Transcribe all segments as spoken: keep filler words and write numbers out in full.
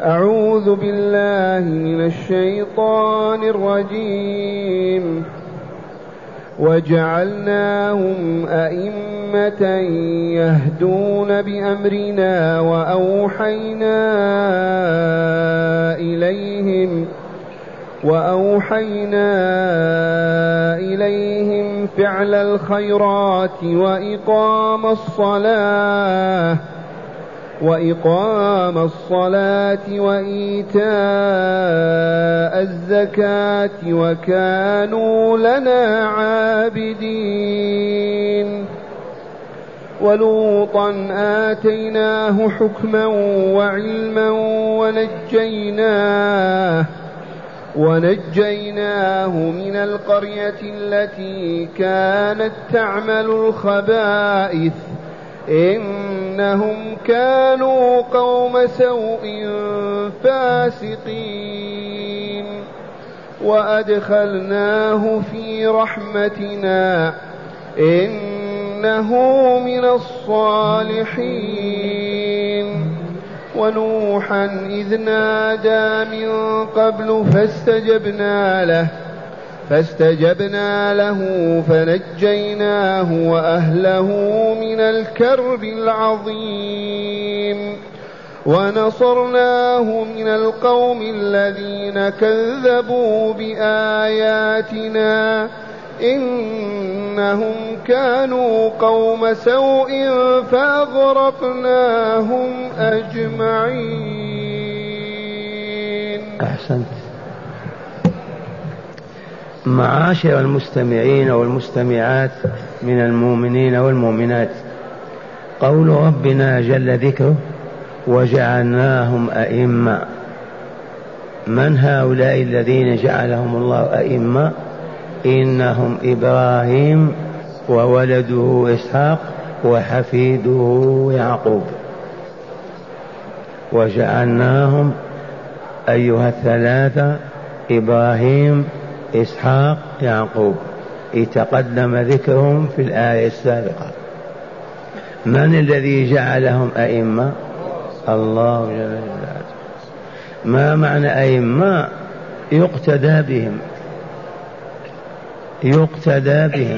أعوذ بالله من الشيطان الرجيم. وجعلناهم أئمة يهدون بأمرنا وأوحينا إليهم وأوحينا إليهم فعل الخيرات وإقام الصلاة وإقام الصلاة وإيتاء الزكاة وكانوا لنا عابدين. ولوطا آتيناه حكما وعلما ونجيناه ونجيناه من القرية التي كانت تعمل الخبائث إنهم كانوا قوم سوء فاسقين. وأدخلناه في رحمتنا إنه من الصالحين. ونوحا إذ نادى من قبل فاستجبنا له فاستجبنا له فنجيناه وأهله من الكرب العظيم. ونصرناه من القوم الذين كذبوا بآياتنا إنهم كانوا قوم سوء فأغرقناهم أجمعين. أحسنت. معاشر المستمعين والمستمعات من المؤمنين والمؤمنات، قول ربنا جل ذكره وجعلناهم أئمة. من هؤلاء الذين جعلهم الله أئمة؟ إنهم إبراهيم وولده إسحاق وحفيده يعقوب. وجعلناهم أيها الثلاثة إبراهيم إسحاق يعقوب يتقدم ذكرهم في الآية السابقة. من الذي جعلهم أئمة؟ الله جل جلاله. ما معنى أئمة؟ يقتدى بهم، يقتدى بهم،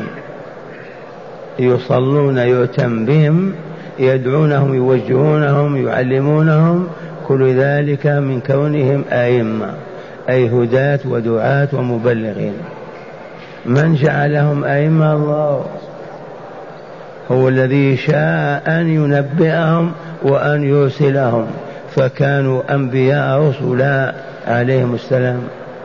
يصلون يؤتم بهم، يدعونهم يوجهونهم يعلمونهم، كل ذلك من كونهم أئمة أي هداة ودعاة ومبلغين. من جعلهم أئمة؟ الله، هو الذي شاء أن ينبئهم وأن يرسلهم، فكانوا أنبياء رسلا عليهم السلام.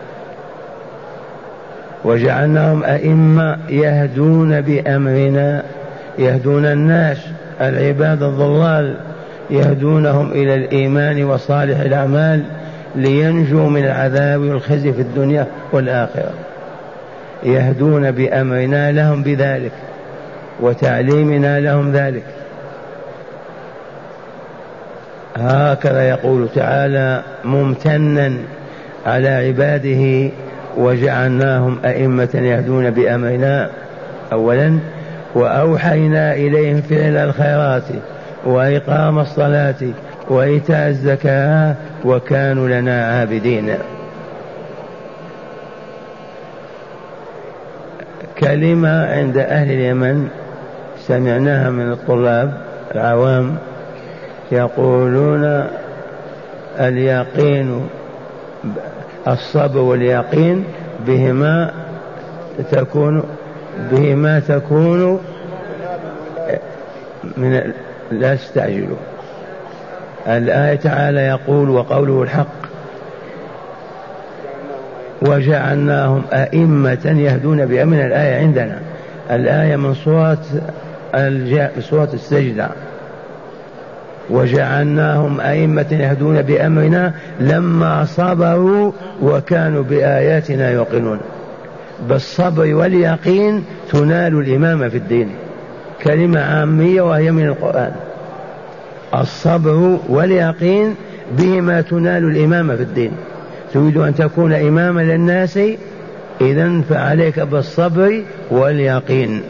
وجعلناهم أئمة يهدون بأمرنا، يهدون الناس العباد الضلال، يهدونهم إلى الإيمان وصالح الأعمال لينجوا من العذاب والخزي في الدنيا والآخرة. يهدون بأمرنا لهم بذلك وتعليمنا لهم ذلك. هكذا يقول تعالى ممتنا على عباده وجعلناهم أئمة يهدون بأمرنا. أولا وأوحينا إليهم فعل الخيرات وإقام الصلاة وإيتاء الزكاة وكانوا لنا عابدين. كلمة عند أهل اليمن سمعناها من الطلاب العوام يقولون اليقين، الصبر واليقين بهما تكون بهما تكون من لا تستعجلوا. الآية تعالى يقول وقوله الحق وجعلناهم أئمة يهدون بأمرنا. الآية عندنا الآية من سورة سورة السجدة. وجعلناهم أئمة يهدون بأمرنا لما صبروا وكانوا بآياتنا يوقنون. بالصبر واليقين تنال الإمامة في الدين، كلمة عامية وهي من القرآن. الصبر واليقين بهما تنال الإمامة في الدين. تريد أن تكون إماما للناس إذن فعليك بالصبر واليقين.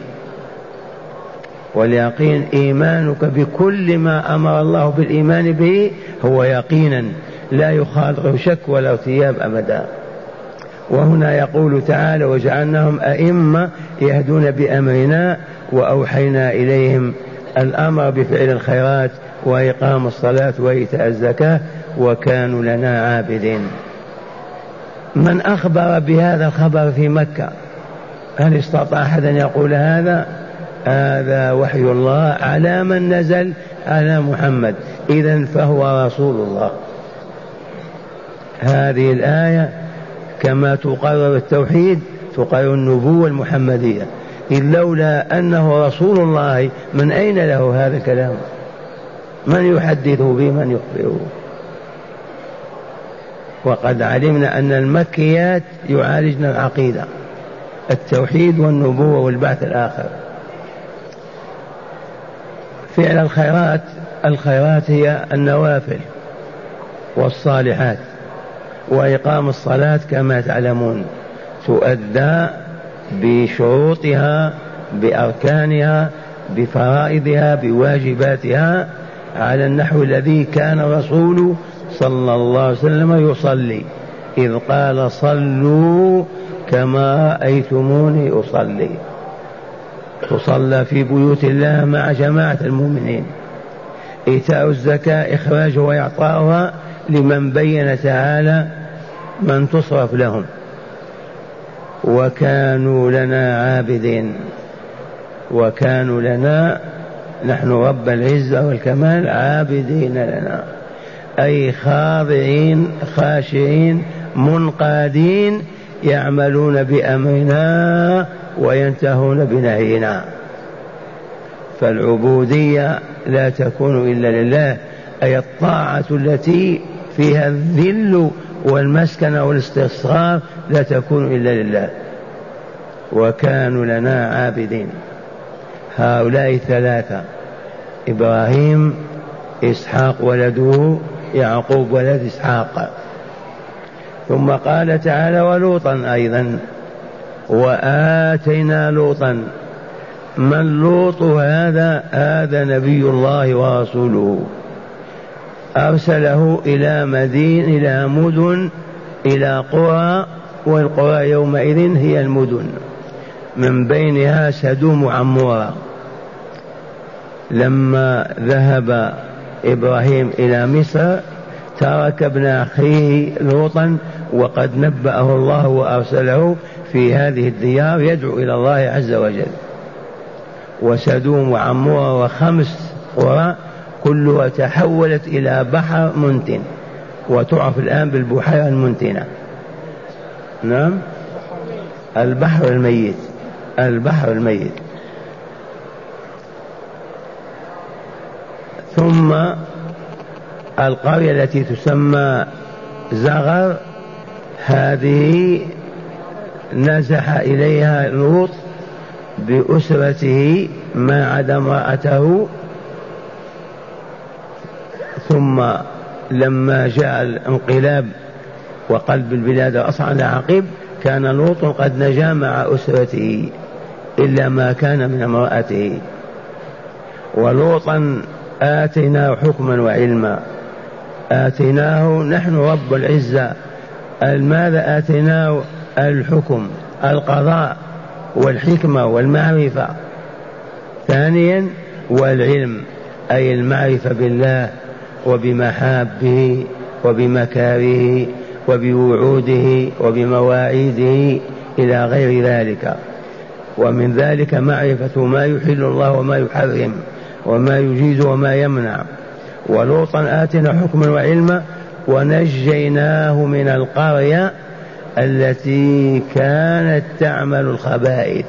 واليقين إيمانك بكل ما أمر الله بالإيمان به هو يقينا، لا يخالطه شك ولا ارتياب أبدا. وهنا يقول تعالى وجعلناهم أئمة يهدون بأمرنا وأوحينا إليهم الأمر بفعل الخيرات وإقام الصلاة وإيتاء الزكاة وكانوا لنا عابدين. من أخبر بهذا الخبر في مكة؟ هل استطاع أحد أن يقول هذا؟ هذا وحي الله على من نزل على محمد، إذن فهو رسول الله. هذه الآية كما تقرر التوحيد تقرر النبوة المحمدية، إن لولا أنه رسول الله من أين له هذا الكلام؟ من يحدثه به؟ من يخبره؟ وقد علمنا أن المكيات يعالجن العقيدة، التوحيد والنبوة والبعث الآخر. فعل الخيرات، الخيرات هي النوافل والصالحات، وإقام الصلاة كما تعلمون تؤدى بشروطها بأركانها بفرائضها بواجباتها على النحو الذي كان الرسول صلى الله عليه وسلم يصلي، إذ قال صلوا كما رأيتموني أصلي. تصلى في بيوت الله مع جماعة المؤمنين. إيتاء الزكاة إخراجها وإعطاؤها لمن بين تعالى من تصرف لهم. وكانوا لنا عابدين، وكانوا لنا نحن رب العزة والكمال عابدين لنا، أي خاضعين خاشعين منقادين يعملون بأمرنا وينتهون بنهينا. فالعبودية لا تكون إلا لله، أي الطاعة التي فيها الذل والمسكنة والاستصغار لا تكون إلا لله. وكانوا لنا عابدين. هؤلاء الثلاثة إبراهيم إسحاق ولده يعقوب ولد إسحاق. ثم قال تعالى ولوطا أيضا وآتينا لوطا. من لوط هذا؟ هذا نبي الله ورسوله، أرسله إلى مدين إلى مدن إلى قرى، والقرى يومئذ هي المدن، من بينها سدوم وعمورة. لما ذهب إبراهيم إلى مصر ترك ابن أخيه لوطا، وقد نبأه الله وأرسله في هذه الديار يدعو إلى الله عز وجل. وسدوم وعمورة وخمس قرى كلها تحولت إلى بحر منتن، وتعرف الآن بالبحيرة المنتنة. نعم، البحر الميت، البحر الميت. ثم القرية التي تسمى زغر، هذه نزح إليها لوط بأسرته ما عدا امرأته. ثم لما جاء الانقلاب وقلب البلاد أصعد عقب، كان لوط قد نجا مع أسرته إلا ما كان من امرأته. ولوطا آتيناه حكما وعلما، آتيناه نحن رب العزة. ماذا آتيناه؟ الحكم، القضاء والحكمة والمعرفة. ثانيا والعلم، أي المعرفة بالله وبمحابه وبمكاره وبوعوده وبمواعيده إلى غير ذلك. ومن ذلك معرفة ما يحل الله وما يحرم وما يجيز وما يمنع. ولوطا آتنا حكما وعلما ونجيناه من القرية التي كانت تعمل الخبائث.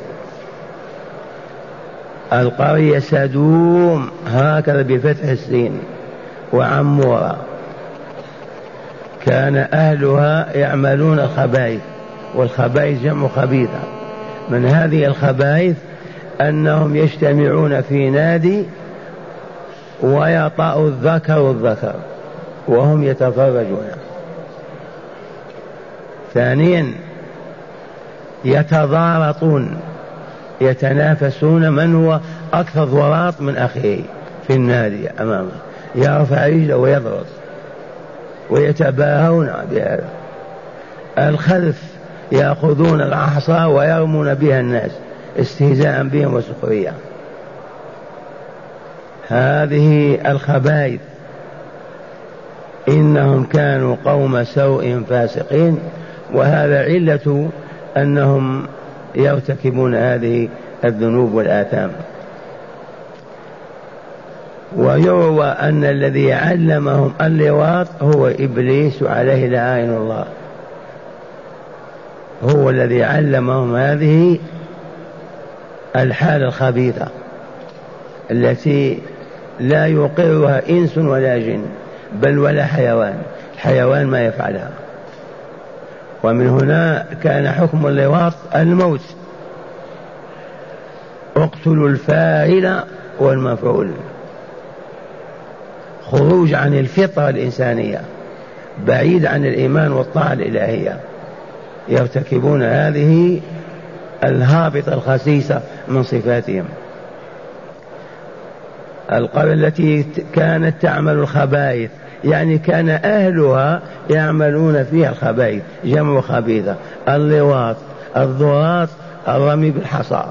القرية سدوم هكذا بفتح السين، وعمورة كان أهلها يعملون الخبائث، والخبائث جمع خبيثة. من هذه الخبائث أنهم يجتمعون في نادي ويطأ الذكر الذكر وهم يتفرجون. ثانيا يتضارطون، يتنافسون من هو أكثر ضراط من أخيه في النادي أمامه، يرفع رجله ويضرط. ويتباهون بهذا. الخذف يأخذون العصا ويرمون بها الناس استهزاء بهم وسخرية. هذه الخبائث إنهم كانوا قوم سوء فاسقين، وهذا علة أنهم يرتكبون هذه الذنوب والآثام. ويروى أن الذي علمهم اللواط هو إبليس عليه لعائن الله، هو الذي علمهم هذه الحالة الخبيثة التي لا يقرها إنس ولا جن بل ولا حيوان، الحيوان ما يفعلها. ومن هنا كان حكم اللواط الموت، اقتلوا الفاعل والمفعول، خروج عن الفطرة الإنسانية، بعيد عن الإيمان والطاعة الإلهية، يرتكبون هذه الهابطة الخسيسة من صفاتهم. القرية التي كانت تعمل الخبائث يعني كان أهلها يعملون فيها الخبائث، جمع خبيثة، اللواط، الضراط، الرمي بالحصى.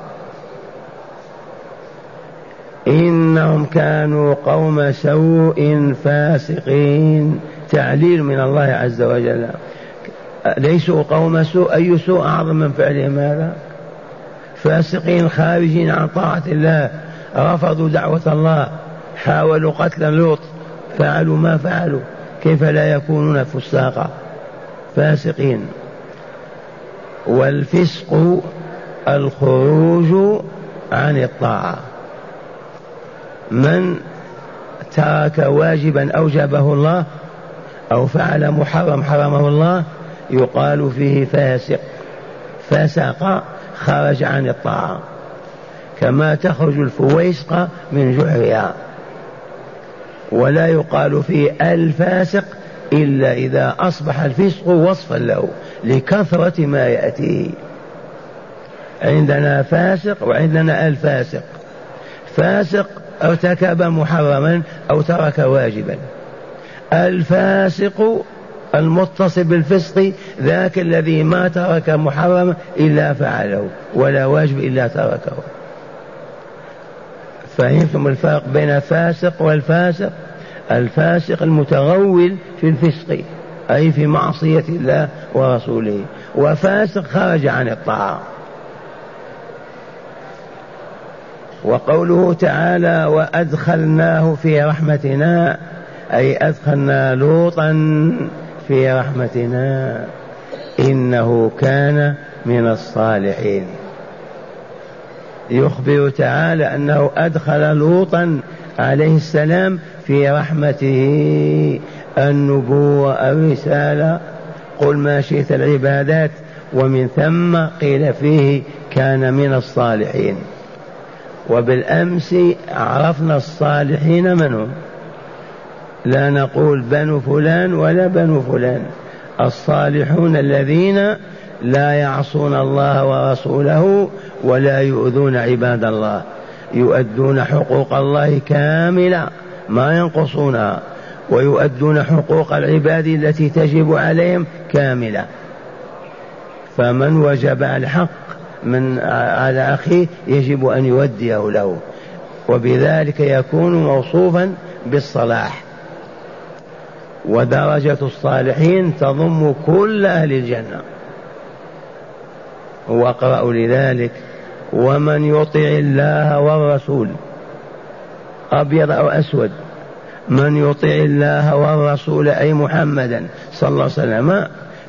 إنهم كانوا قوم سوء فاسقين، تعليل من الله عز وجل. ليسوا قوم سوء، أي سوء أعظم من فعلهم هذا؟ فاسقين خارجين عن طاعة الله، رفضوا دعوة الله، حاولوا قتل لوط، فعلوا ما فعلوا، كيف لا يكونون فساقا فاسقين؟ والفسق الخروج عن الطاعة، من ترك واجبا أوجبه الله أو فعل محرم حرمه الله يقال فيه فاسق، فسق، خرج عن الطاعة، كما تخرج الفويسقة من جحرها. ولا يقال فيه الفاسق إلا إذا أصبح الفسق وصفا له لكثرة ما يأتيه. عندنا فاسق وعندنا الفاسق. فاسق ارتكب محرما أو ترك واجبا، الفاسق المتصل بالفسق ذاك الذي ما ترك محرما إلا فعله ولا واجب إلا تركه. فهمتم الفرق بين الفاسق والفاسق؟ الفاسق المتغول في الفسق أي في معصية الله ورسوله، وفاسق خرج عن الطاعة. وقوله تعالى وأدخلناه في رحمتنا أي أدخلنا لوطا في رحمتنا إنه كان من الصالحين. يخبر تعالى أنه أدخل لوطا عليه السلام في رحمته، النبوة، الرسالة، قل ما شئت العبادات، ومن ثم قيل فيه كان من الصالحين. وبالأمس عرفنا الصالحين من هم، لا نقول بنو فلان ولا بنو فلان، الصالحون الذين لا يعصون الله ورسوله ولا يؤذون عباد الله، يؤدون حقوق الله كاملة ما ينقصونها، ويؤدون حقوق العباد التي تجب عليهم كاملة. فمن وجب الحق من على أخيه يجب أن يوديه له، وبذلك يكون موصوفا بالصلاح. ودرجة الصالحين تضم كل أهل الجنة. واقرأوا لذلك ومن يطع الله والرسول، أبيض أو أسود، من يطع الله والرسول أي محمدا صلى الله عليه وسلم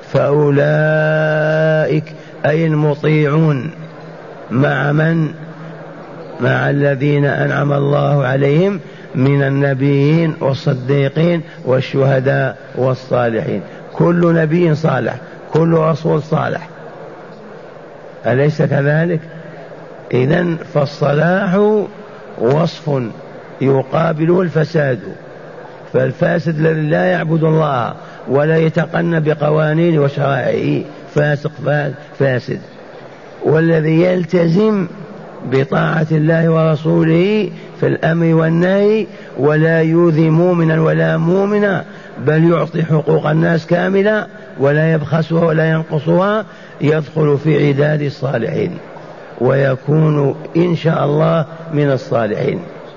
فأولئك أي المطيعون مع من؟ مع الذين أنعم الله عليهم من النبيين والصديقين والشهداء والصالحين. كل نبي صالح، كل رسول صالح، أليس كذلك؟ إذن فالصلاح وصف يقابله الفساد، فالفاسد الذي لا يعبد الله ولا يتقن بقوانين وشرائعه فاسق فاسد، والذي يلتزم بطاعة الله ورسوله في الأمر والنهي، ولا يؤذي مؤمنا ولا مؤمنا، بل يعطي حقوق الناس كاملة ولا يبخسها ولا ينقصها، يدخل في عداد الصالحين ويكون إن شاء الله من الصالحين.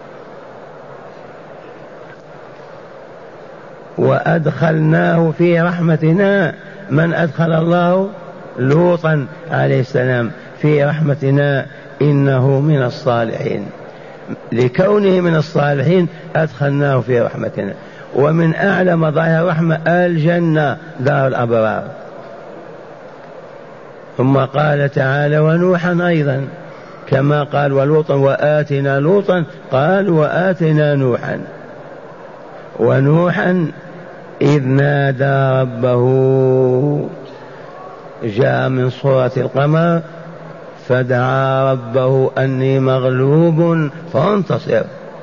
وأدخلناه في رحمتنا. من أدخل الله؟ لوطا عليه السلام في رحمتنا، إنه من الصالحين. لكونه من الصالحين أدخلناه في رحمتنا. ومن أعلى مظاهر الرحمة الجنة دار الأبرار. ثم قال تعالى ونوحا أيضا كما قال ولوطا وآتنا لوطا، قال وآتنا نوحا. ونوحا إذ نادى ربه، جاء من سورة القمر، فدعا ربه أني مغلوب فانتصر.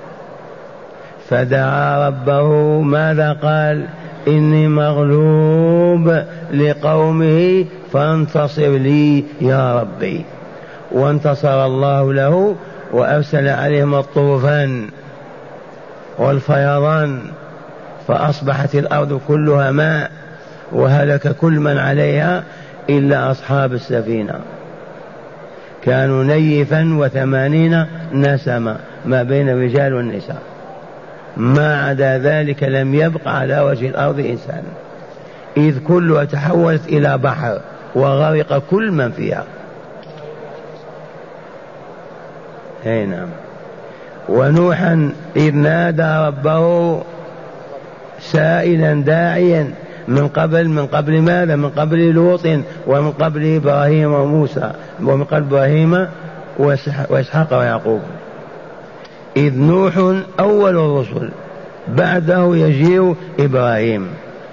فدعا ربه ماذا قال؟ إني مغلوب لقومه فانتصر لي يا ربي. وانتصر الله له وأرسل عليهم الطوفان والفيضان، فأصبحت الأرض كلها ماء، وهلك كل من عليها إلا أصحاب السفينة، كانوا نيفا وثمانين نسمة ما بين الرجال والنساء، ما عدا ذلك لم يبق على وجه الأرض إنسان، إذ كلها تحولت إلى بحر وغرق كل من فيها. أي نعم. ونوحا إذ نادى ربه سائلا داعيا من قبل من قبل ماذا؟ من قبل لوط ومن قبل إبراهيم وموسى ومن قبل إبراهيم وإسحاق ويعقوب. إذ نوح أول الرسل، بعده يجيء إبراهيم.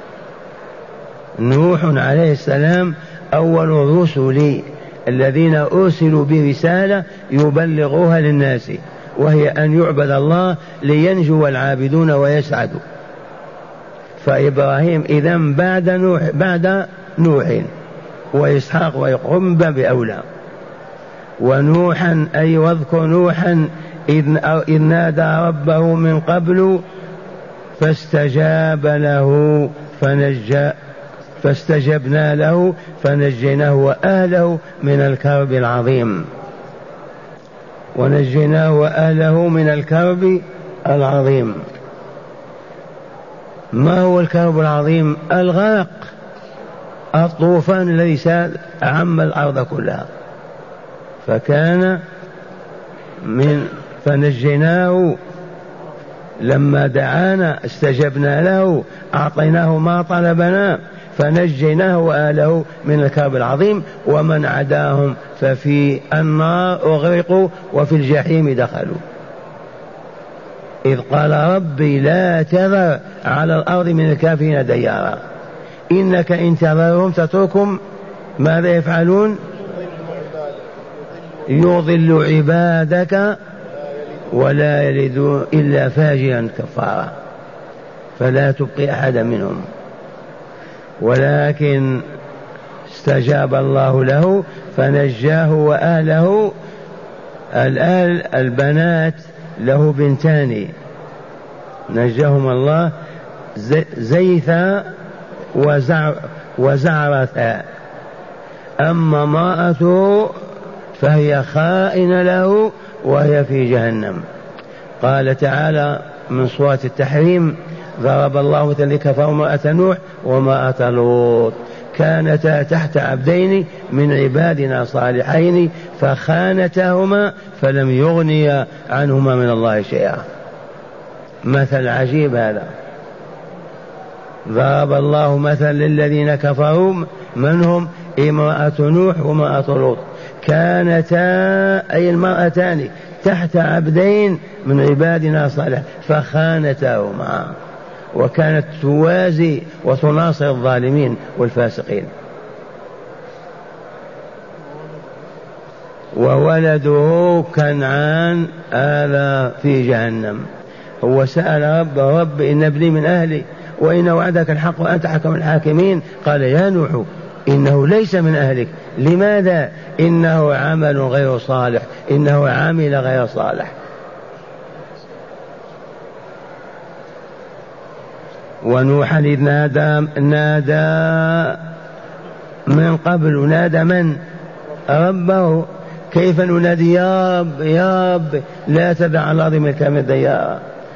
نوح عليه السلام أول الرسل الذين أرسلوا برسالة يبلغوها للناس، وهي أن يعبد الله لينجو العابدون ويسعدوا. فإبراهيم إذن بعد نوح بعد نوح وإسحاق ويعقوب من باب أولى. ونوحا أي واذكر نوحا إذ نادى ربه من قبل فاستجاب له فنجى فاستجبنا له فنجيناه وأهله من الكرب العظيم. ونجيناه وأهله من الكرب العظيم. ما هو الكرب العظيم؟ الغرق، الطوفان الذي ساد عم الأرض كلها. فكان من فنجيناه لما دعانا استجبنا له أعطيناه ما طلبنا فنجيناه وآله من الكرب العظيم. ومن عداهم ففي النار أغرقوا وفي الجحيم دخلوا. إذ قال ربي لا تذر على الأرض من الكافرين ديارا إنك إن تذرهم تتركهم ماذا يفعلون؟ يضل عبادك ولا يلد إلا فاجرا كفارا، فلا تبقي أحدا منهم. ولكن استجاب الله له فنجاه وأهله. الآل البنات له بنتان نجاهم الله، زيثا وزع وزعرثا. أما امرأته فهي خائنة له وهي في جهنم. قال تعالى من سورة التحريم ضرب الله مثلا لكفار امرأة نوح وامرأة لوط كانتا تحت عبدين من عبادنا صالحين فخانتاهما فلم يغنيا عنهما من الله شيئا. مثل عجيب هذا. ضرب الله مثلا للذين كفروا من هم؟ امرأة نوح وامرأة لوط كانتا أي المرأتان تحت عبدين من عبادنا صالح فخانتاهما، وكانت توازي وتناصر الظالمين والفاسقين. وولده كنعان آل في جهنم. هو سأل رب رب إن ابني من أهلي وإن وعدك الحق وأنت حكم الحاكمين. قال يا نوح إنه ليس من أهلك. لماذا؟ إنه عمل غير صالح، إنه عمل غير صالح. ونوحا إذ نادى نادى من قبل، نادى من؟ ربه. كيف ننادي يا رب يا رب لا تدع على الأرض من الكافرين ديارا.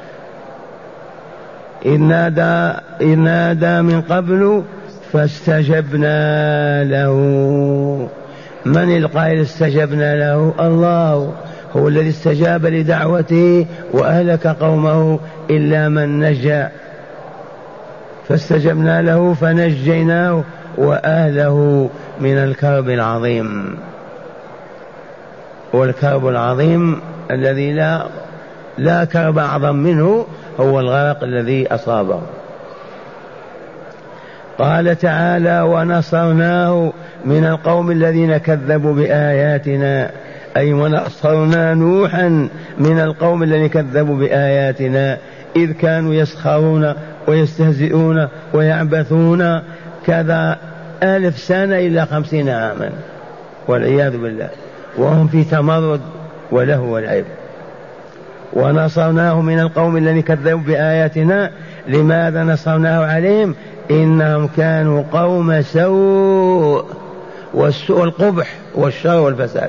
إذ نادى إذ نادى من قبل فاستجبنا له. من القائل استجبنا له؟ الله هو الذي استجاب لدعوته وأهلك قومه إلا من نجا. فاستجبنا له فنجيناه وأهله من الكرب العظيم. والكرب العظيم الذي لا لا كرب أعظم منه هو الغرق الذي أصابه. قال تعالى: ونصرناه من القوم الذين كذبوا بآياتنا، أي ونصرنا نوحا من القوم الذين كذبوا بآياتنا إذ كانوا يسخرون ويستهزئون ويعبثون كذا ألف سنة إلى خمسين عاما والعياذ بالله، وهم في تمرد وله والعيب. ونصرناه من القوم الذين كذبوا بآياتنا. لماذا نصرناه عليهم؟ إنهم كانوا قوم سوء، والسوء القبح والشر والفساد،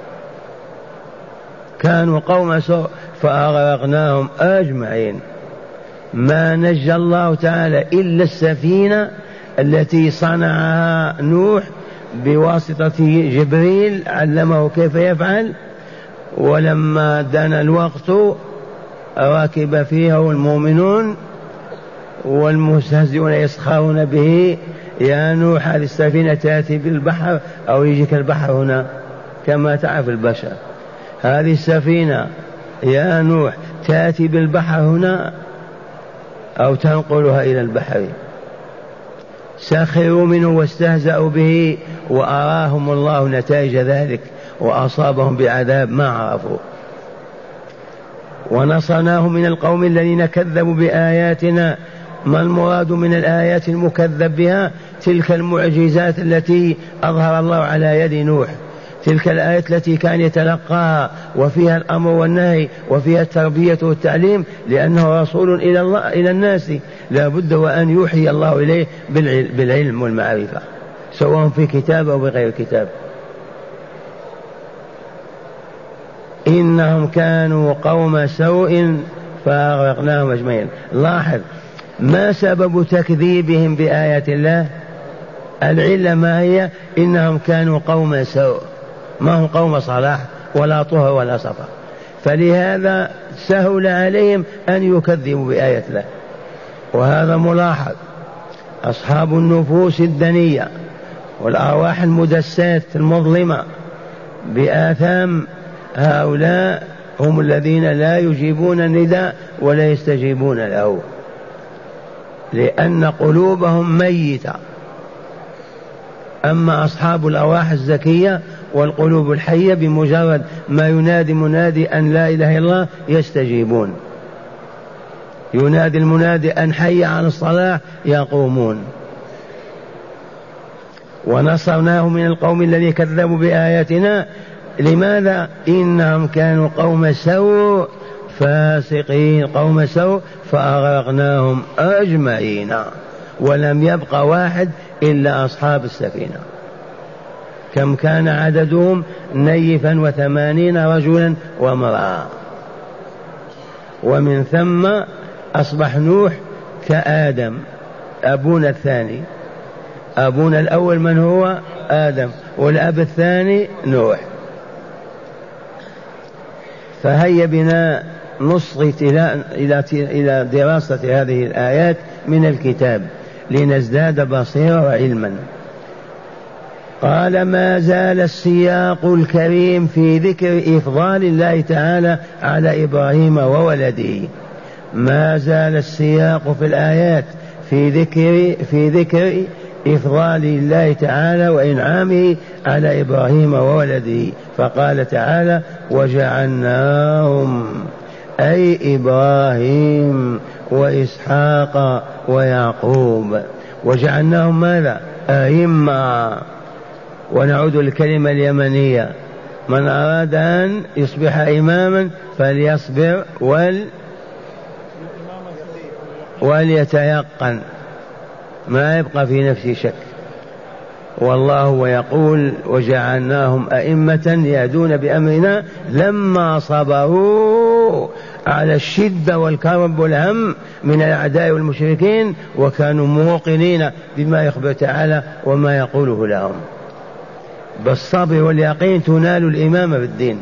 كانوا قوم سوء فأغرقناهم أجمعين. ما نجى الله تعالى إلا السفينة التي صنعها نوح بواسطة جبريل علمه كيف يفعل، ولما دنا الوقت راكب فيها والمؤمنون والمستهزئون يسخرون به: يا نوح هذه السفينة تأتي بالبحر أو يجيك البحر هنا كما تعرف البشر، هذه السفينة يا نوح تأتي بالبحر هنا أو تنقلها إلى البحر. سخروا منه واستهزأوا به وأراهم الله نتائج ذلك وأصابهم بعذاب ما عرفوا. ونصرناه من القوم الذين كذبوا بآياتنا. ما المراد من الآيات المكذب بها؟ تلك المعجزات التي أظهر الله على يد نوح، تلك الآيات التي كان يتلقاها وفيها الأمر والنهي وفيها التربية والتعليم، لأنه رسول إلى الله إلى الناس، لا بد وأن يوحي الله إليه بالعلم والمعرفة، سواء في كتاب أو بغير كتاب. إنهم كانوا قوم سوء فأغرقناهم أجمعين. لاحظ ما سبب تكذيبهم بآيات الله؟ العلة ما هي؟ إنهم كانوا قوم سوء، ما هم قوم صلاح ولا طهر ولا صفا، فلهذا سهل عليهم أن يكذبوا بآيات الله. وهذا ملاحظ. أصحاب النفوس الدنية والأرواح المدسات المظلمة بآثام، هؤلاء هم الذين لا يجيبون النداء ولا يستجيبون له، لأن قلوبهم ميتة. أما أصحاب الأرواح الزكية والقلوب الحية بمجرد ما ينادي منادي أن لا إله إلا الله يستجيبون، ينادي المنادي أن حي على الصلاة يقومون. ونصرناه من القوم الذين كذبوا بآياتنا. لماذا؟ إنهم كانوا قوم سوء فاسقين، قوم سوء فأغرقناهم أجمعين، ولم يبق واحد إلا أصحاب السفينة. كم كان عددهم؟ نيفا وثمانين رجلا وامرأة. ومن ثم أصبح نوح كآدم أبونا الثاني. أبونا الأول من هو؟ آدم، والأب الثاني نوح. فهيا بنا نصغي إلى إلى دراسة هذه الآيات من الكتاب لنزداد بصيرة وعلما. قال: ما زال السياق الكريم في ذكر إفضال الله تعالى على إبراهيم وولده. ما زال السياق في الآيات في ذكر في ذكر إفضال الله تعالى وإنعامه على إبراهيم وولده. فقال تعالى: وجعلناهم، أي إبراهيم وإسحاق ويعقوب، وجعلناهم ماذا؟ أئمة. ونعود للكلمة اليمنية: من أراد أن يصبح إماما فليصبر وال وليتيقن، ما يبقى في نفسه شك. والله يقول: وجعلناهم أئمة يهدون بأمرنا لما صبروا على الشدة والكرب والهم من الأعداء والمشركين، وكانوا موقنين بما يخبر تعالى وما يقوله لهم. بالصبر واليقين تنال الإمامة بالدين.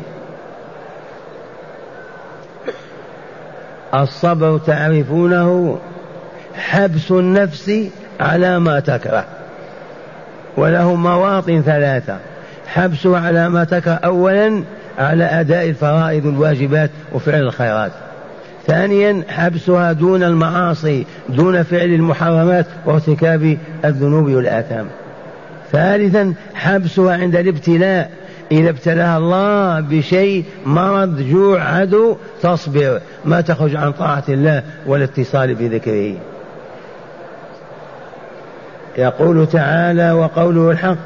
الصبر تعرفونه حبس النفس على ما تكره، وله مواطن ثلاثة: حبسها على ما تكره أولا على أداء الفرائض والواجبات وفعل الخيرات، ثانيا حبسها دون المعاصي، دون فعل المحرمات وارتكاب الذنوب والآثام، ثالثا حبسها عند الابتلاء، إذا ابتلاها الله بشيء مرض جوع عدو تصبر، ما تخرج عن طاعة الله والاتصال بذكره. يقول تعالى وقوله الحق: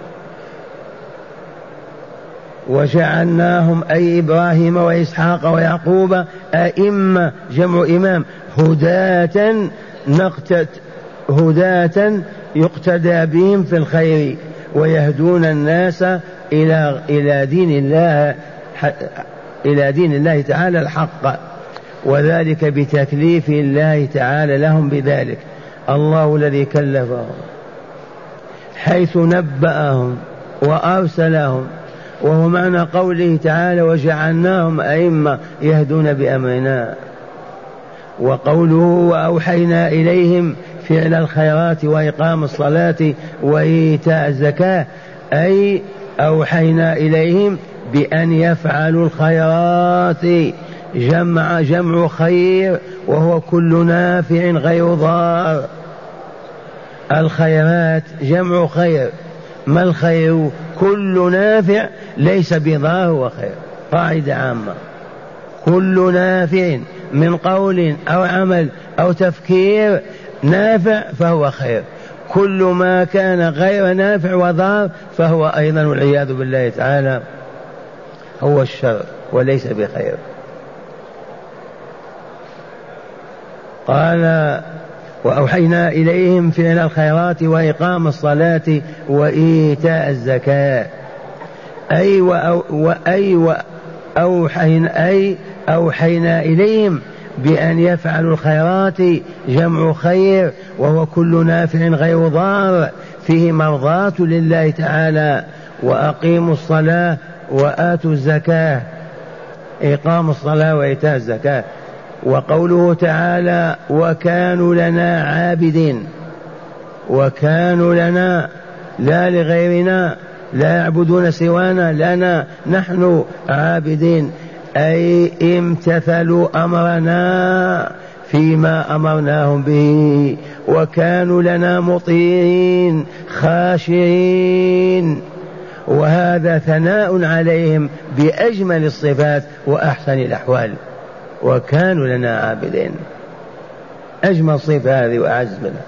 وجعلناهم أي إبراهيم وإسحاق ويعقوب أئمة، جمع إمام، هداة نقتت هداة يقتدى بهم في الخير، ويهدون الناس إلى إلى دين الله إلى دين الله تعالى الحق، وذلك بتكليف الله تعالى لهم بذلك. الله الذي كلفهم حيث نبأهم وأرسلهم، وهو معنى قوله تعالى: وجعلناهم أئمة يهدون بأمرنا. وقوله: وأوحينا إليهم فعل الخيرات وإقام الصلاة وإيتاء الزكاة، أي أوحينا إليهم بأن يفعلوا الخيرات، جمع جمع خير، وهو كل نافع غير ضار. الخيرات جمع خير. ما الخير؟ كل نافع ليس بضار وخير، قاعدة عامة: كل نافع من قول أو عمل أو تفكير نافع فهو خير، كل ما كان غير نافع وضار فهو أيضا والعياذ بالله تعالى هو الشر وليس بخير. قال: وأوحينا إليهم فعل الخيرات وإقام الصلاة وإيتاء الزكاة، أي وأي وأوحينا أي أوحينا إليهم بأن يفعلوا الخيرات، جمع خير، وهو كل نافع غير ضار فيه مرضاة لله تعالى. وأقيموا الصلاة وآتوا الزكاة، إقام الصلاة وإيتاء الزكاة. وقوله تعالى: وكانوا لنا عابدين، وكانوا لنا لا لغيرنا، لا يعبدون سوانا، لنا نحن عابدين، أي امتثلوا أمرنا فيما أمرناهم به، وكانوا لنا مطيعين خاشعين. وهذا ثناء عليهم بأجمل الصفات وأحسن الأحوال، وكانوا لنا عابدين، أجمل صفة هذه وأعز منها.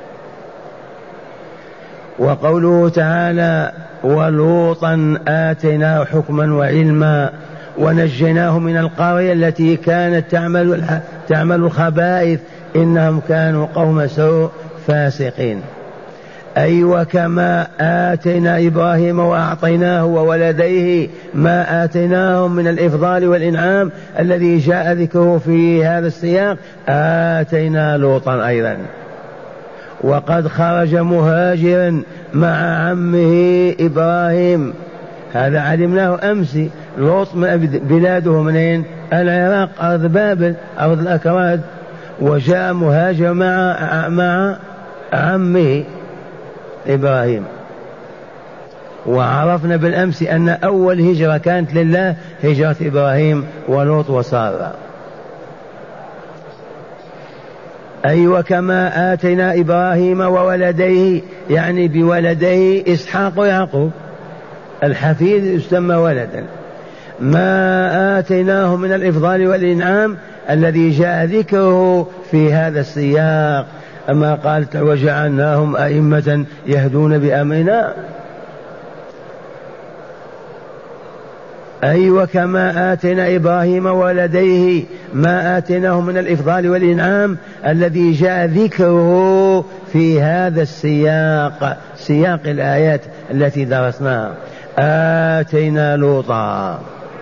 وقوله تعالى: ولوطا آتيناه حكما وعلما ونجيناه من القرية التي كانت تعمل تعمل الخبائث إنهم كانوا قوم سوء فاسقين. أي وكما آتينا إبراهيم وأعطيناه وولديه ما آتيناهم من الإفضال والإنعام الذي جاء ذكره في هذا السياق، آتينا لوطا أيضا، وقد خرج مهاجرا مع عمه إبراهيم، هذا علمناه أمس. لوط بلاده منين؟ العراق، أرض بابل، أرض الأكراد، وجاء مهاجر مع مع عمه إبراهيم. وعرفنا بالأمس أن أول هجرة كانت لله هجرة إبراهيم ولوط وسارة. أي وكما آتينا إبراهيم وولديه، يعني بولديه إسحاق ويعقوب، الحفيد يسمى ولدا، ما آتيناه من الإفضال والإنعام الذي جاء ذكره في هذا السياق، أما قالت وجعلناهم أئمة يهدون بأمرنا؟ أي أيوة وكما آتنا إبراهيم ولديه ما آتناه من الإفضال والإنعام الذي جاء ذكره في هذا السياق، سياق الآيات التي درسناها. آتينا لوطا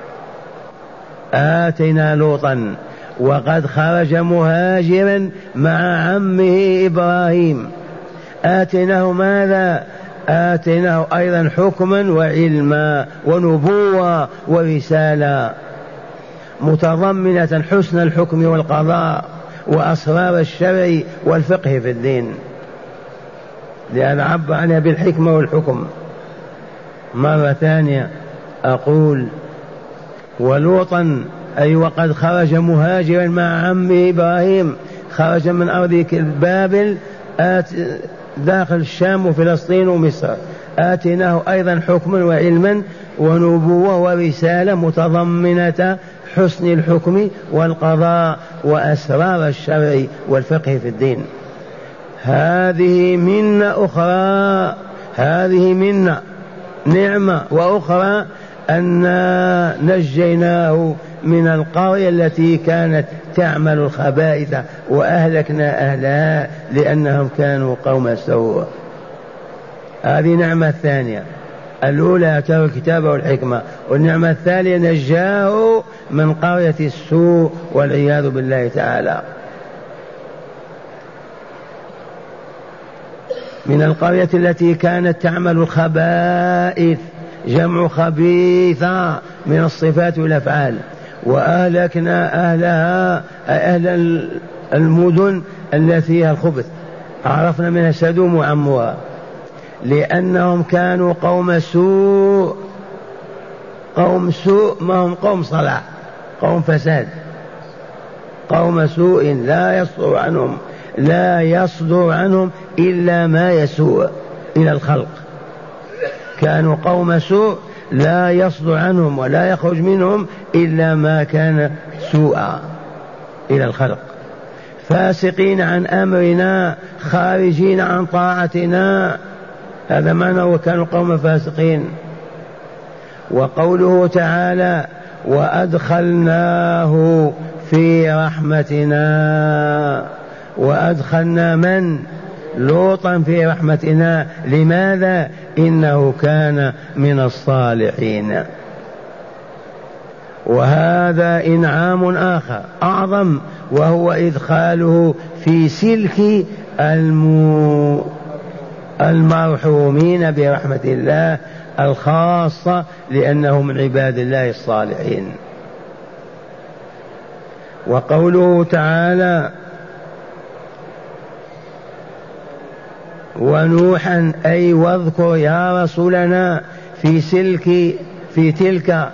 آتينا لوطا وقد خرج مهاجرا مع عمه إبراهيم. آتيناه ماذا؟ آتيناه أيضا حكما وعلما ونبوة ورسالة متضمنة حسن الحكم والقضاء وأسرار الشرع والفقه في الدين، لأن عبر عنها بالحكمة والحكم. مرة ثانية أقول ولوطا أي وقد خرج مهاجرا مع عمه إبراهيم، خرج من أرض بابل آت داخل الشام وفلسطين ومصر. آتيناه أيضا حكما وعلما ونبوة ورسالة متضمنة حسن الحكم والقضاء وأسرار الشرع والفقه في الدين. هذه منة أخرى، هذه منة نعمة وأخرى أن نجيناه من القرية التي كانت تعمل الخبائث وأهلكنا أهلها لأنهم كانوا قوم سوء. هذه نعمة الثانية. الأولى أتاه الكتاب والحكمة، والنعمة الثانية نجاه من قرية السوء والعياذ بالله تعالى، من القرية التي كانت تعمل الخبائث، جمع خبيثة من الصفات والأفعال، وأهلكنا أهلها أهل المدن التي فيها الخبث، عرفنا منها سدوم وعمها، لأنهم كانوا قوم سوء. قوم سوء ما هم قوم صلاح، قوم فساد، قوم سوء لا يصدر عنهم لا يصدر عنهم إلا ما يسوء إلى الخلق. كانوا قوم سوء لا يصدر عنهم ولا يخرج منهم إلا ما كان سوءا إلى الخلق، فاسقين عن أمرنا، خارجين عن طاعتنا. هذا معنى وكانوا قوم فاسقين. وقوله تعالى وأدخلناه في رحمتنا، وأدخلنا من؟ لوطا في رحمتنا. لماذا؟ إنه كان من الصالحين. وهذا إنعام آخر أعظم، وهو إدخاله في سلك الم... المرحومين برحمة الله الخاصة، لأنهم من عباد الله الصالحين. وقوله تعالى ونوحا أي واذكر يا رسولنا في سلك في تلك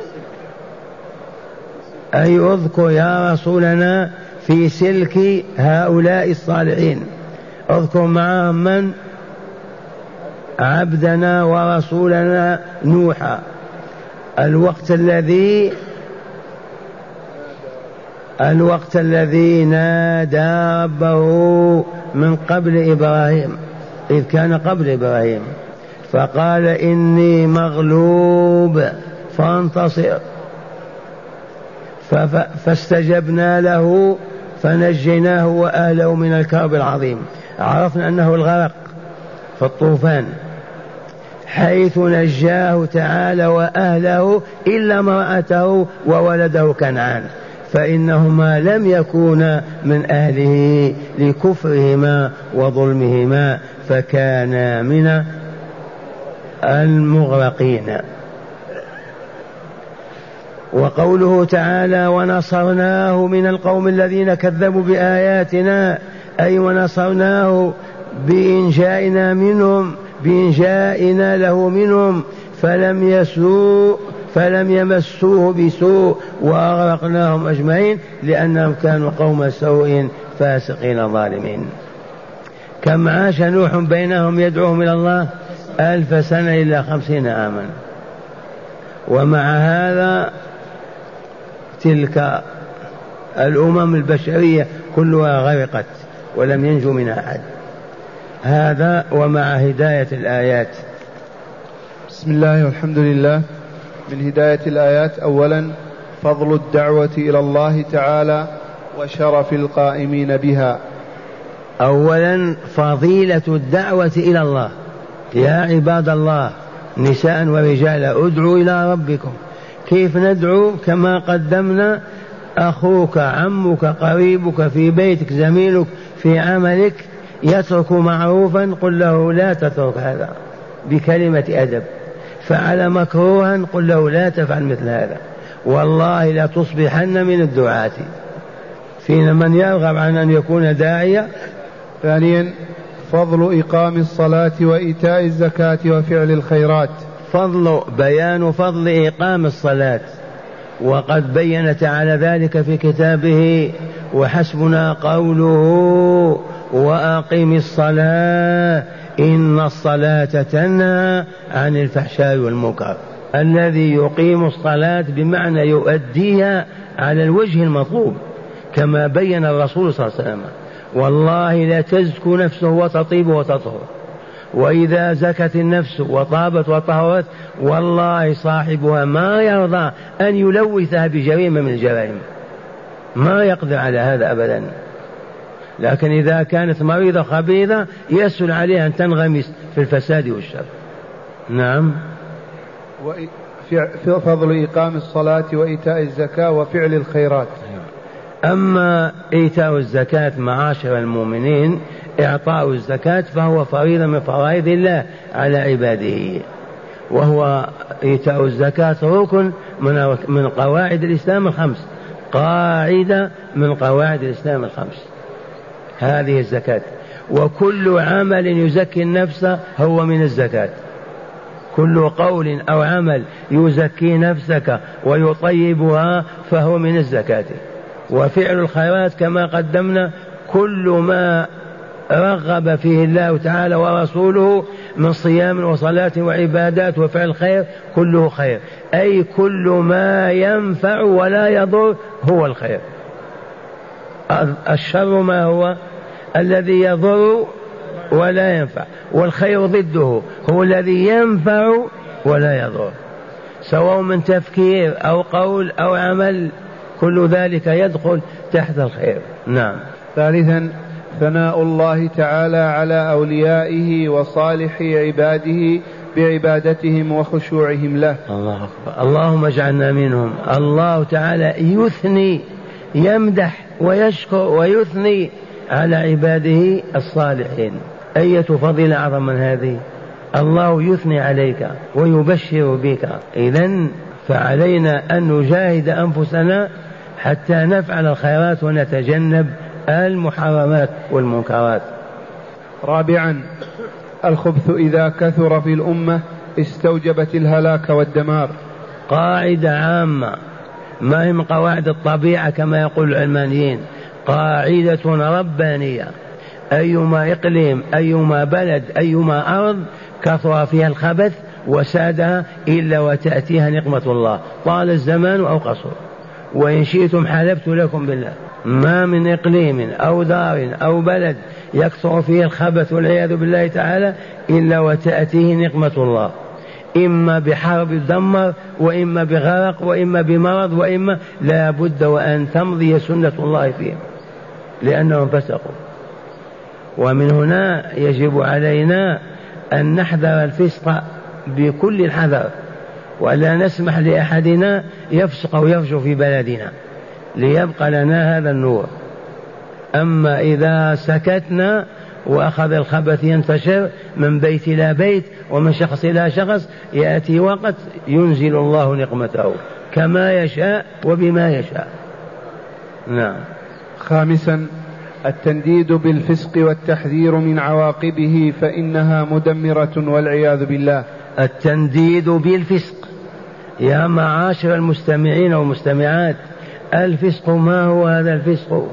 أي اذكر يا رسولنا في سلك هؤلاء الصالحين. اذكر معهم من؟ عبدنا ورسولنا نوحا، الوقت الذي الوقت الذي نادى ربه من قبل إبراهيم، إذ كان قبل إبراهيم، فقال إني مغلوب فانتصر، فاستجبنا له فنجيناه وأهله من الكرب العظيم. عرفنا أنه الغرق في الطوفان، حيث نجاه تعالى وأهله إلا امرأته وولده كنعان، فإنهما لم يكونا من أهله لكفرهما وظلمهما، فكانا من المغرقين. وقوله تعالى ونصرناه من القوم الذين كذبوا بآياتنا، أي ونصرناه بإنجائنا منهم، بإنجائنا له منهم، فلم يسوء فلم يمسوه بسوء وأغرقناهم أجمعين، لأنهم كانوا قوم سوء فاسقين ظالمين. كم عاش نوح بينهم يدعوهم إلى الله؟ ألف سنة إلا خمسين عاما. ومع هذا تلك الأمم البشرية كلها غرقت ولم ينجو منها أحد. هذا ومع هداية الآيات. بسم الله والحمد لله. من هداية الآيات: أولا فضل الدعوة إلى الله تعالى وشرف القائمين بها. أولا فضيلة الدعوة إلى الله. يا عباد الله نساء ورجال ادعوا إلى ربكم. كيف ندعو؟ كما قدمنا: أخوك، عمك، قريبك في بيتك، زميلك في عملك يترك معروفا قل له لا تترك هذا بكلمة أدب، فعل مكروها قل له لا تفعل مثل هذا، والله لا تصبحن من الدعاة. فينا من يرغب عن أن يكون داعية. ثانيا فضل إقام الصلاة وإيتاء الزكاة وفعل الخيرات. فضل بيان فضل إقام الصلاة، وقد بين تعالى ذلك في كتابه: وحسبنا قوله وأقم الصلاة إن الصلاة تنهى عن الفحشاء والمنكر. الذي يقيم الصلاة بمعنى يؤديها على الوجه المطلوب كما بين الرسول صلى الله عليه وسلم: والله لا تزكو نفسه وتطيب وتطهر، وإذا زكت النفس وطابت وطهرت والله صاحبها ما يرضى أن يلوثها بجريمة من الجرائم، ما يقدر على هذا أبدا. لكن إذا كانت مريضة خبيثة يسهل عليها أن تنغمس في الفساد والشر. نعم. فضل إقام الصلاة وإيتاء الزكاة وفعل الخيرات. أما إيتاء الزكاة معاشر المؤمنين، إعطاء الزكاة فهو فريضة من فرائض الله على عباده، وهو إيتاء الزكاة ركن من قواعد الإسلام الخمس، قاعدة من قواعد الإسلام الخمس هذه الزكاة. وكل عمل يزكي النفس هو من الزكاة، كل قول أو عمل يزكي نفسك ويطيبها فهو من الزكاة. وفعل الخيرات كما قدمنا كل ما رغب فيه الله تعالى ورسوله من صيام وصلاة وعبادات وفعل خير كله خير، أي كل ما ينفع ولا يضر هو الخير. الشر ما هو؟ الذي يضر ولا ينفع، والخير ضده هو الذي ينفع ولا يضر، سواء من تفكير أو قول أو عمل، كل ذلك يدخل تحت الخير. نعم. ثالثا ثناء الله تعالى على أوليائه وصالح عباده بعبادتهم وخشوعهم له. الله أكبر. اللهم اجعلنا منهم. الله تعالى يثني، يمدح ويشكر ويثني على عباده الصالحين. أية فضيلة أعظم من هذه؟ الله يثني عليك ويبشر بك. إذن فعلينا أن نجاهد أنفسنا حتى نفعل الخيرات ونتجنب المحرمات والمنكرات. رابعا الخبث إذا كثر في الأمة استوجبت الهلاك والدمار. قاعدة عامة ما هي من قواعد الطبيعة كما يقول العلمانيين، قاعدة ربانية: أيما إقليم أيما بلد أيما أرض كثر فيها الخبث وسادها إلا وتأتيها نقمة الله طال الزمان أو قصر. وإن شئتم حلفت لكم بالله ما من إقليم أو دار أو بلد يكثر فيه الخبث والعياذ بالله تعالى إلا وتأتيه نقمة الله، إما بحرب تدمر وإما بغرق وإما بمرض وإما لا بد وأن تمضي سنة الله فيهم لأنهم فسقوا. ومن هنا يجب علينا أن نحذر الفسق بكل الحذر، ولا نسمح لأحدنا يفسق أو يفجر في بلدنا ليبقى لنا هذا النور. أما إذا سكتنا وأخذ الخبث ينتشر من بيت إلى بيت ومن شخص إلى شخص، يأتي وقت ينزل الله نقمته كما يشاء وبما يشاء. نعم. خامسا التنديد بالفسق والتحذير من عواقبه فإنها مدمرة والعياذ بالله. التنديد بالفسق يا معاشر المستمعين والمستمعات، الفسق ما هو هذا الفسق؟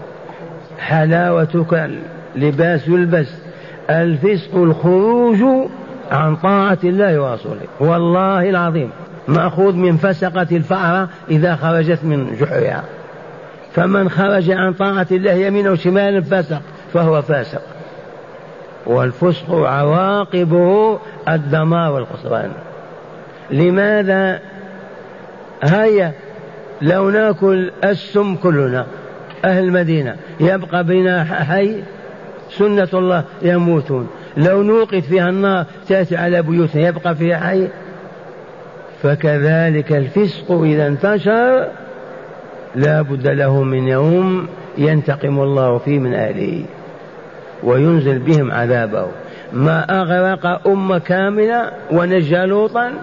حلاوتك لباس يلبس. الفسق الخروج عن طاعة الله ورسوله، والله العظيم مأخوذ من فسقة الفأرة إذا خرجت من جحرها، فمن خرج عن طاعة الله يمينا وشمالا فسق فهو فاسق، والفسق عواقبه الدمار والخسران. لماذا؟ هيا لو ناكل السم كلنا أهل المدينة يبقى بنا حي؟ سنة الله يموتون. لو نوقد فيها النار تأتي على بيوتنا يبقى فيها حي؟ فكذلك الفسق إذا انتشر لا بد له من يوم ينتقم الله فيه من أهله وينزل بهم عذابه. ما أغرق أمة كاملة ونجى لوطا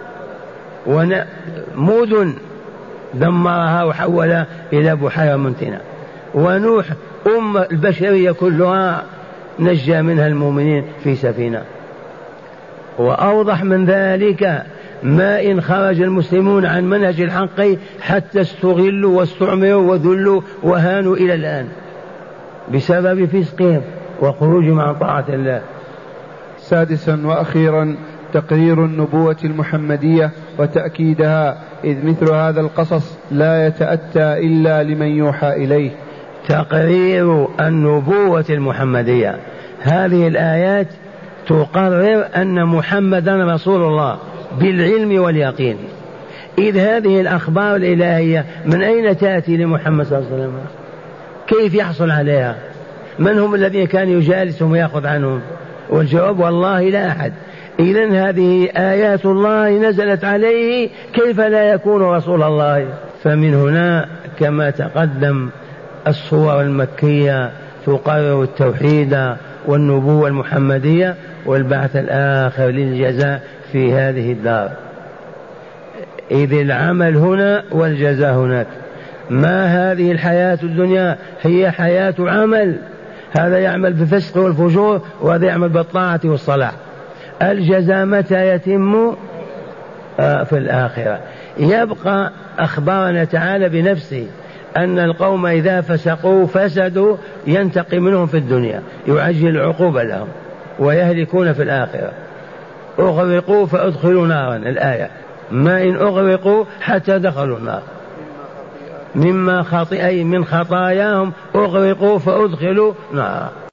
ومدن دمرها وحولها إلى بحيرة منتنة، ونوح أمة البشرية كلها نجى منها المؤمنين في سفينة. وأوضح من ذلك ما إن خرج المسلمون عن منهج الحق حتى استغلوا واستعمروا وذلوا وهانوا إلى الآن بسبب فسقهم وخروجهم عن طاعة الله. سادسا وأخيرا تقرير النبوة المحمدية وتأكيدها، إذ مثل هذا القصص لا يتأتى إلا لمن يوحى إليه. تقرير النبوة المحمدية، هذه الآيات تقرر أن محمدا رسول الله بالعلم واليقين. إذ هذه الأخبار الإلهية من أين تأتي لمحمد صلى الله عليه وسلم؟ كيف يحصل عليها؟ من هم الذين كان يجالسهم ويأخذ عنهم؟ والجواب والله لا أحد. إذن هذه آيات الله نزلت عليه، كيف لا يكون رسول الله؟ فمن هنا كما تقدم الصور المكية تقرر التوحيد والنبوة المحمدية والبعث الآخر للجزاء في هذه الدار، إذ العمل هنا والجزاء هناك. ما هذه الحياة الدنيا هي حياة عمل، هذا يعمل بالفسق والفجور وهذا يعمل بالطاعة والصلاح. الجزاء متى يتم؟ آه في الآخرة. يبقى أخبارنا تعالى بنفسه أن القوم إذا فسقوا فسدوا ينتقم منهم في الدنيا، يعجل العقوبة لهم ويهلكون في الآخرة. أغرقوا فأدخلوا نارا، الآية ما إن أغرقوا حتى دخلوا النار مما خطئ من خطاياهم أغرقوا فأدخلوا نارا.